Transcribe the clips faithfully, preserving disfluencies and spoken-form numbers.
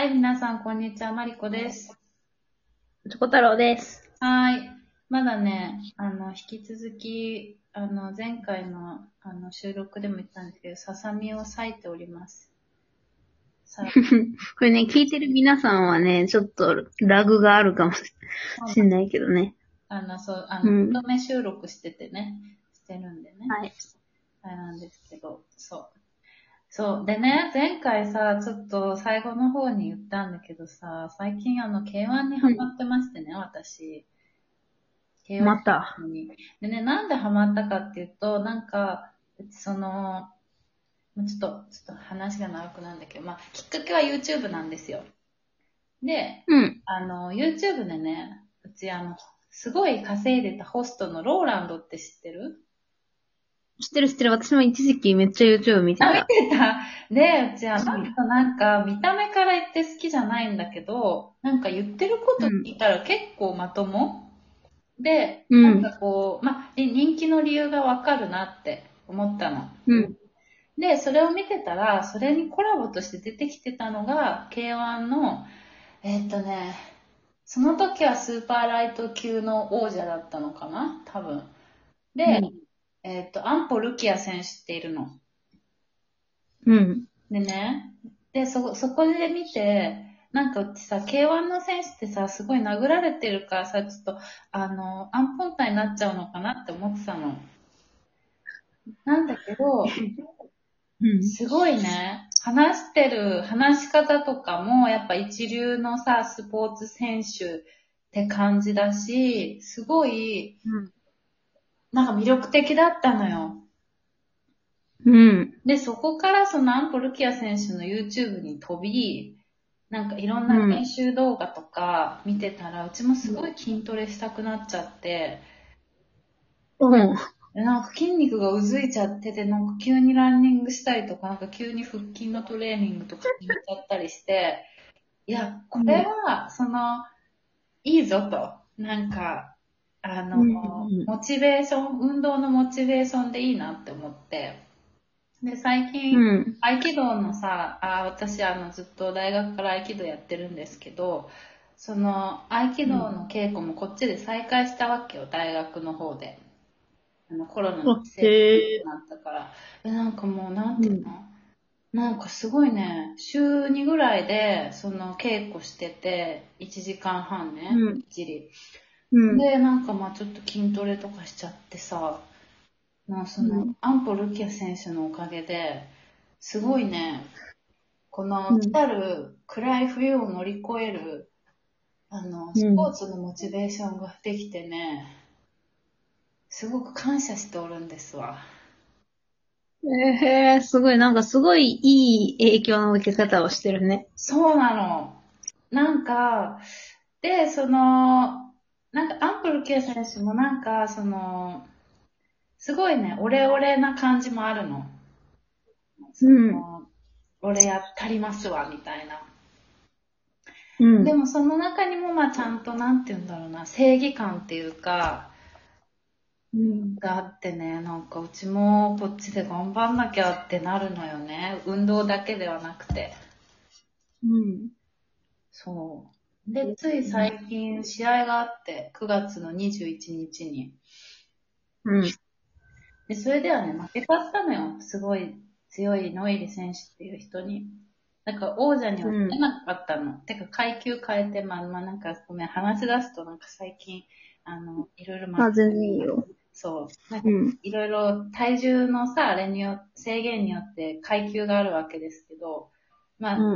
はい、皆さん、こんにちは。マリコです。 チョコ太郎です。 はい。まだね、あの、引き続き、あの、前回の、あの、収録でも言ったんですけど、ささみを裂いております。さ、 これね、聞いてる皆さんはね、ちょっとラグがあるかもそうなしんないけどね。 あの、そう、あの、 うん。 まとめ収録しててね、してるんでね。 はい。 あれなんですけど、そう。そう。でね、前回さ、ちょっと最後の方に言ったんだけどさ、最近あの、ケーワン にハうん。 マってましてね、私。ケーワンまた。 に。でね、なんでハマったかっていうと、なんか、その、ちょっと、ちょっと話が長くなるんだけど、まあ、きっかけは YouTube なんですよ。で、 うん。 あの、YouTube でね、うちあの、すごい稼いでたホストのローランドって知ってる？ 知ってる知ってる。私も一時期めっちゃ YouTube 見てあ、見た。 てた。で、うちあのうん。 人なんか見た目から言って好きじゃないんだけど、なんか言ってることうん。 聞いたら結構まともで、 うん。 なんかこう、まあ、人気の理由がわかるなって思ったの。 うん。 で、それを見てたら、それにコラボとして出てきてたのが、ケーワン の、えーっとね、その時はスーパーライト級の王者だったのかな多分。で、 うん。 えーっと、アンポルキア選手っているの。 うん。 でね、で、そ、そこで見て、なんかうちさ、ケーワン の選手ってさ、すごい殴られてるからさ、ちょっと、あの、アンポンタになっちゃうのかなって思ってたの。なんだけど、 うん。 すごいね。話してる話し方とかも、やっぱ一流のさ、スポーツ選手って感じだし、すごい、 うん。 なんか魅力的だったのよ。 うん。 で、そこからそのアンポルキア選手の YouTube に飛び、なんかいろんな練うん。 習動画とか見てたら、うちもすごい筋トレしたくなっちゃって、 うん。 でなんか筋肉がうずいちゃってて、なんか急にランニングしたりとか、なんか急に腹筋のトレーニングとか始めちゃったりして、いや、これうん。 は、その、いいぞと。なんか、あの、 うん。 モチベーション、運動のモチベーションでいいなって思って。で、最う近、 ん。 合気道のさ、あ、私、あの、ずっと大学から合気道やってるんですけど、その、合気うん。 道の稽古もこっちで再開したわけよ、大学の方で。あの、コロナのあ、 せいでへえ。 なったから。で、なんかもう、なんうん。 ていうのなんかすごいね、週にぐらいで、その稽古してて、いちじかんはんね、 うん。 きっちり。 うん。 で、なんかまあちょっと筋トレとかしちゃってさ、まあその、 うん。 アンポルキア選手のおかげで、すごいね、この来うん。 たる暗い冬を乗り越える、あの、スポーうん。 ツのモチベーションができてね、すごく感謝しておるんですわ。 えー、すごい、なんかすごいいい影響の受け方をしてるね。 そうなの。なんか、で、その、なんかアンプル系選手もなんか、その、すごいね、オレオレな感じもあるの。そうん。 の、俺やったりますわ、みたいな。 うん。 でもその中にもまあちゃんとなんて言うんだろうな、正義感っていうか、 うん。 があってね、なんかうちもこっちで頑張んなきゃってなるのよね。運動だけではなくて。 うん。 そう。で、つい最近試合があって、くがつのにじゅういちにちに。 うん。 で、それではね、負けちゃったのよ。すごい強いノイリ選手っていう人に。なんか王者にはうん。 なれなかったの。てか階級変えて、まあまあなんかごめん、話し出すとなんか最近、あの、いろいろま、 あ、全然いいよ。 そう、なんかうん。 いろいろ体重のさ、あれによ、制限によって階級があるわけですけど、まあ、 うん。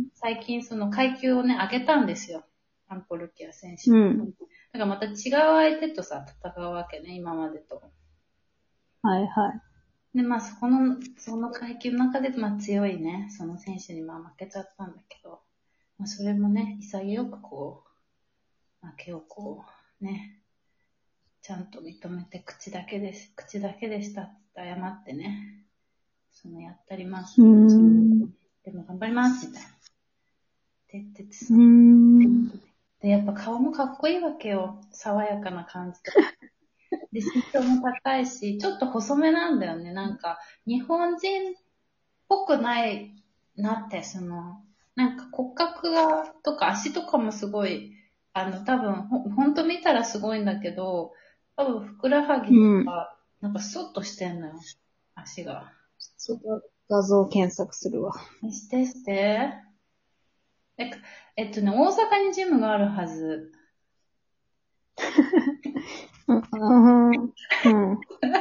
最近その階級をね、上げたんですよ。アンポルキア選手。 うん。 だからまた違う相手とさ、戦うわけね、今までと。 はいはい。 で、まあ、そこの、その階級の中で、まあ、強いね、その選手にまあ負けちゃったんだけど、まあ、それもね、潔くこう、負けをこう、ね、ちゃんと認めて、口だけです、口だけでしたって謝ってね、そのやったります。 うーん。 でも頑張ります、みたいな。って言っててうーさ。 ん。 で、やっぱ顔もかっこいいわけよ。爽やかな感じとか。で、身長も高いし、ちょっと細めなんだよね。なんか、日本人っぽくないなって、その、 なんか骨格が、とか足とかもすごい、あの、多分、ほ、ほんと見たらすごいんだけど、多分、ふくらはぎとうん。 か、なんかスッとしてんのよ。足が。 ちょっと画像検索するわ。 してして。え、えっとね、大阪にジムがあるはず。 うん。うん。うん。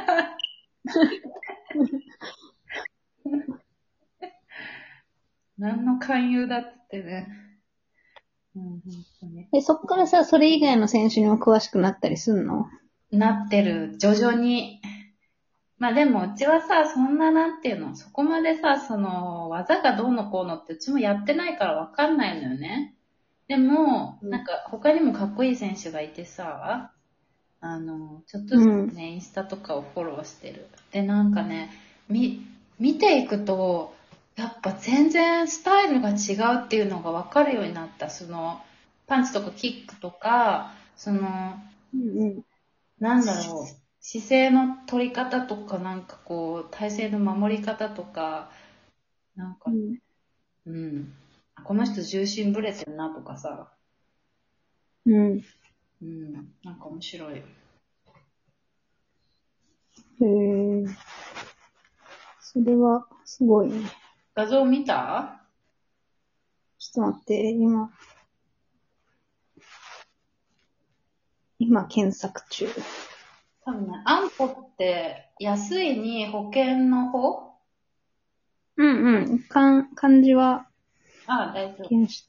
何の勧誘だっつってね。うん、本当に。 で、そっからさ、それ以外の選手にも詳しくなったりすんの？ なってる、徐々に。まあでも、うちはさ、そんななんていうの、そこまでさ、その、技がどうのこうのってうちもやってないからわかんないのよね。でも、 うんなんか他にもかっこいい選手がいてさ、あの、ちょっとずうん。 つね、インスタとかをフォローしてる。で、なんかね、み、見ていくと、やっぱ全然スタイルが違うっていうのがわかるようになった。その、パンチとかキックとか、その、 うんうん。 なんだろう、姿勢の取り方とか、なんかこう、体勢の守り方とか、なんか、 うん。 うん、この人重心ぶれてるなとかさ、 うん。 うん、なんか面白い。 へえ。それは、すごいね。 画像見た？ ちょっと待って、今、今検索中。 多分ね、安保って安いに保険の方？ うんうん。かん、漢字は、 ああ、大丈夫。 検した。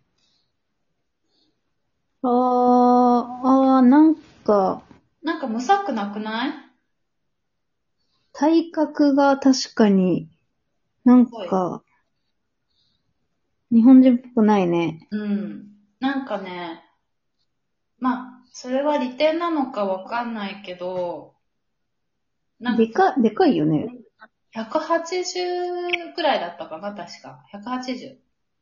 あー、あー、なんか、 なんかむさくなくない？ 体格が確かになんすごい。 か、日本人っぽくないね。 うん。なんかね、まあ、それは利点なのかわかんないけど、なんかでか、でかいよね。 ひゃくはちじゅうくらいだったかな、確か。ひゃくはちじゅう。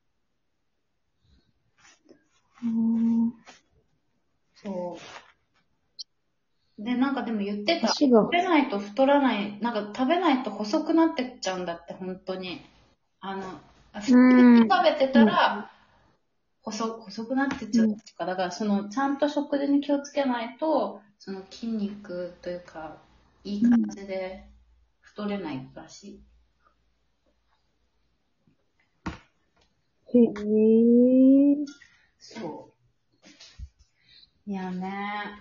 うーん。 そう。で、なんかでも言ってた。食足が、 べないと太らない、なんか食べないと細くなってっちゃうんだって、本当に。あの、普通うーにん。 食べてたうん。 ら、細、細くなってっちゃうとうん。 か、だからその、ちゃんと食事に気をつけないと、その筋肉というか、いい感じで太れないらしい。 へえ。 そう。いやね。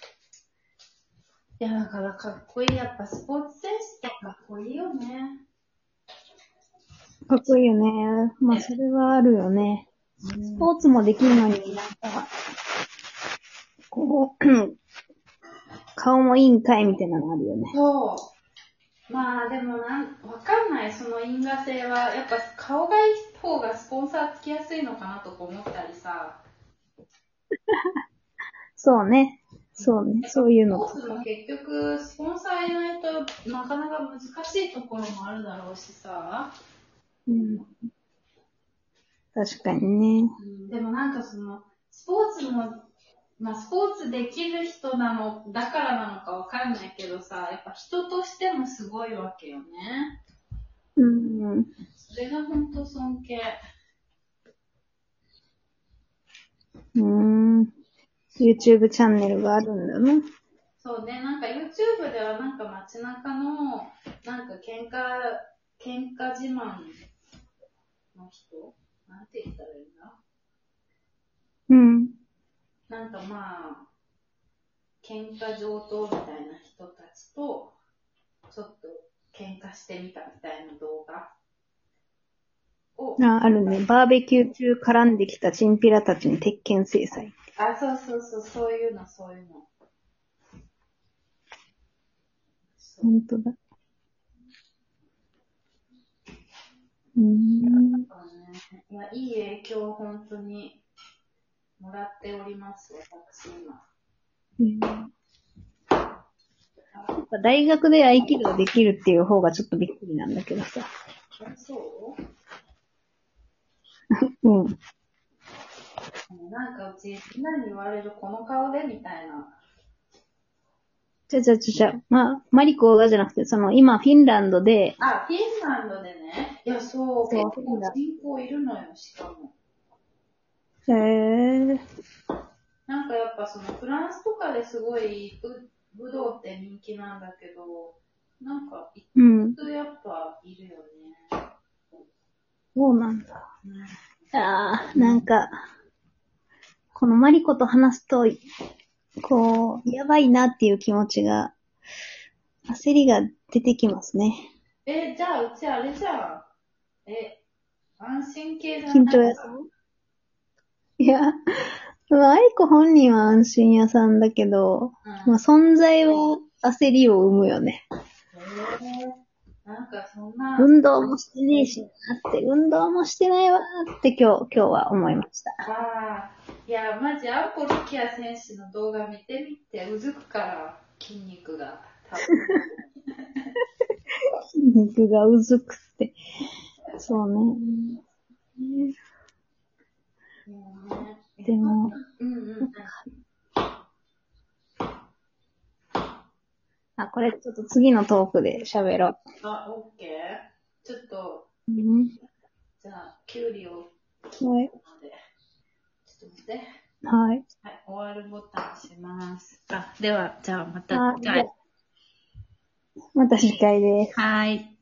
いや、だからかっこいい。やっぱスポーツ選手ってかっこいいよね。 かっこいいよね。まあ、それはあるよね。スポーツもできるのになんか、こう、顔もいいんかいみたいなのあるよね。 そう。まあでもなん、わかんない。その因果性は。やっぱ顔がいい方がスポンサーつきやすいのかなとか思ったりさ。 そうね。そうね。 やっぱスそういうのとか。 ポーツも結局、スポンサーいないとなかなか難しいところもあるだろうしさ。 うん。確かにね。 うん、でもなんかその、スポーツも、まあスポーツできる人なの、だからなのかわかんないけどさ、やっぱ人としてもすごいわけよね。 うん。 それが本当尊敬。 うーん。YouTube チャンネルがあるんだね。 そうね、なんか YouTube ではなんか街中の、なんか喧嘩、喧嘩自慢の人なんて言ったらいいんだ？ うん。 なんかまあ、喧嘩上等みたいな人たちと、ちょっと喧嘩してみたみたいな動画を、 あ、あるね。バーベキュー中絡んできたチンピラたちに鉄拳制裁。 あ、そうそうそう、そういうの、そういうの。そう。 ほんとだ。うーん。 だからね、いや、いい影響を本当にもらっております、私今。 うん大学で合気道できるっていう方がちょっとびっくりなんだけどさ。 あ、そううん。 なんかうち、みんなに言われるこの顔でみたいな。 ちゃちゃちゃちゃ、ま、マリコがじゃなくて、その、今、フィンランドで、 あ、フィンランドでね。いや、そう、 そう結フィンラン構人口いるのよ、しかも。 ド。へえ。 なんかやっぱそのフランスとかですごいぶぶどうって人気なんだけど、なんか一うん。 定やっぱいるよね。 そうなんだ。 うん、 ああ、なんか、このマリコと話すと、こう、やばいなっていう気持ちが、焦りが出てきますね。 え、じゃあうちあれじゃん。え、安心系じゃない緊張屋さんいや、マリコ本人は安心屋さんだけど、まあうん。 存在は焦りを生むよね。 えー、なんかそんな、 運動もしてねえしなって、運動もしてないわーって今日、今日は思いました。 ああ、いや、マジ、アウコルキア選手の動画見てみて、うずくから、筋肉が。多分筋肉がうずくって。そうね。 もうね。 でも、 うんうん。 あ、これちょっと次のトークで喋ろあ、オッケー。ちょっと、 う。うん。 じゃあ、キュウリを切はい。 るので、ちょっと待って。 はい。 はい、終わるボタン押します。あ、では、じゃあまたはい。じゃ次回。 あまた次回です。 はい。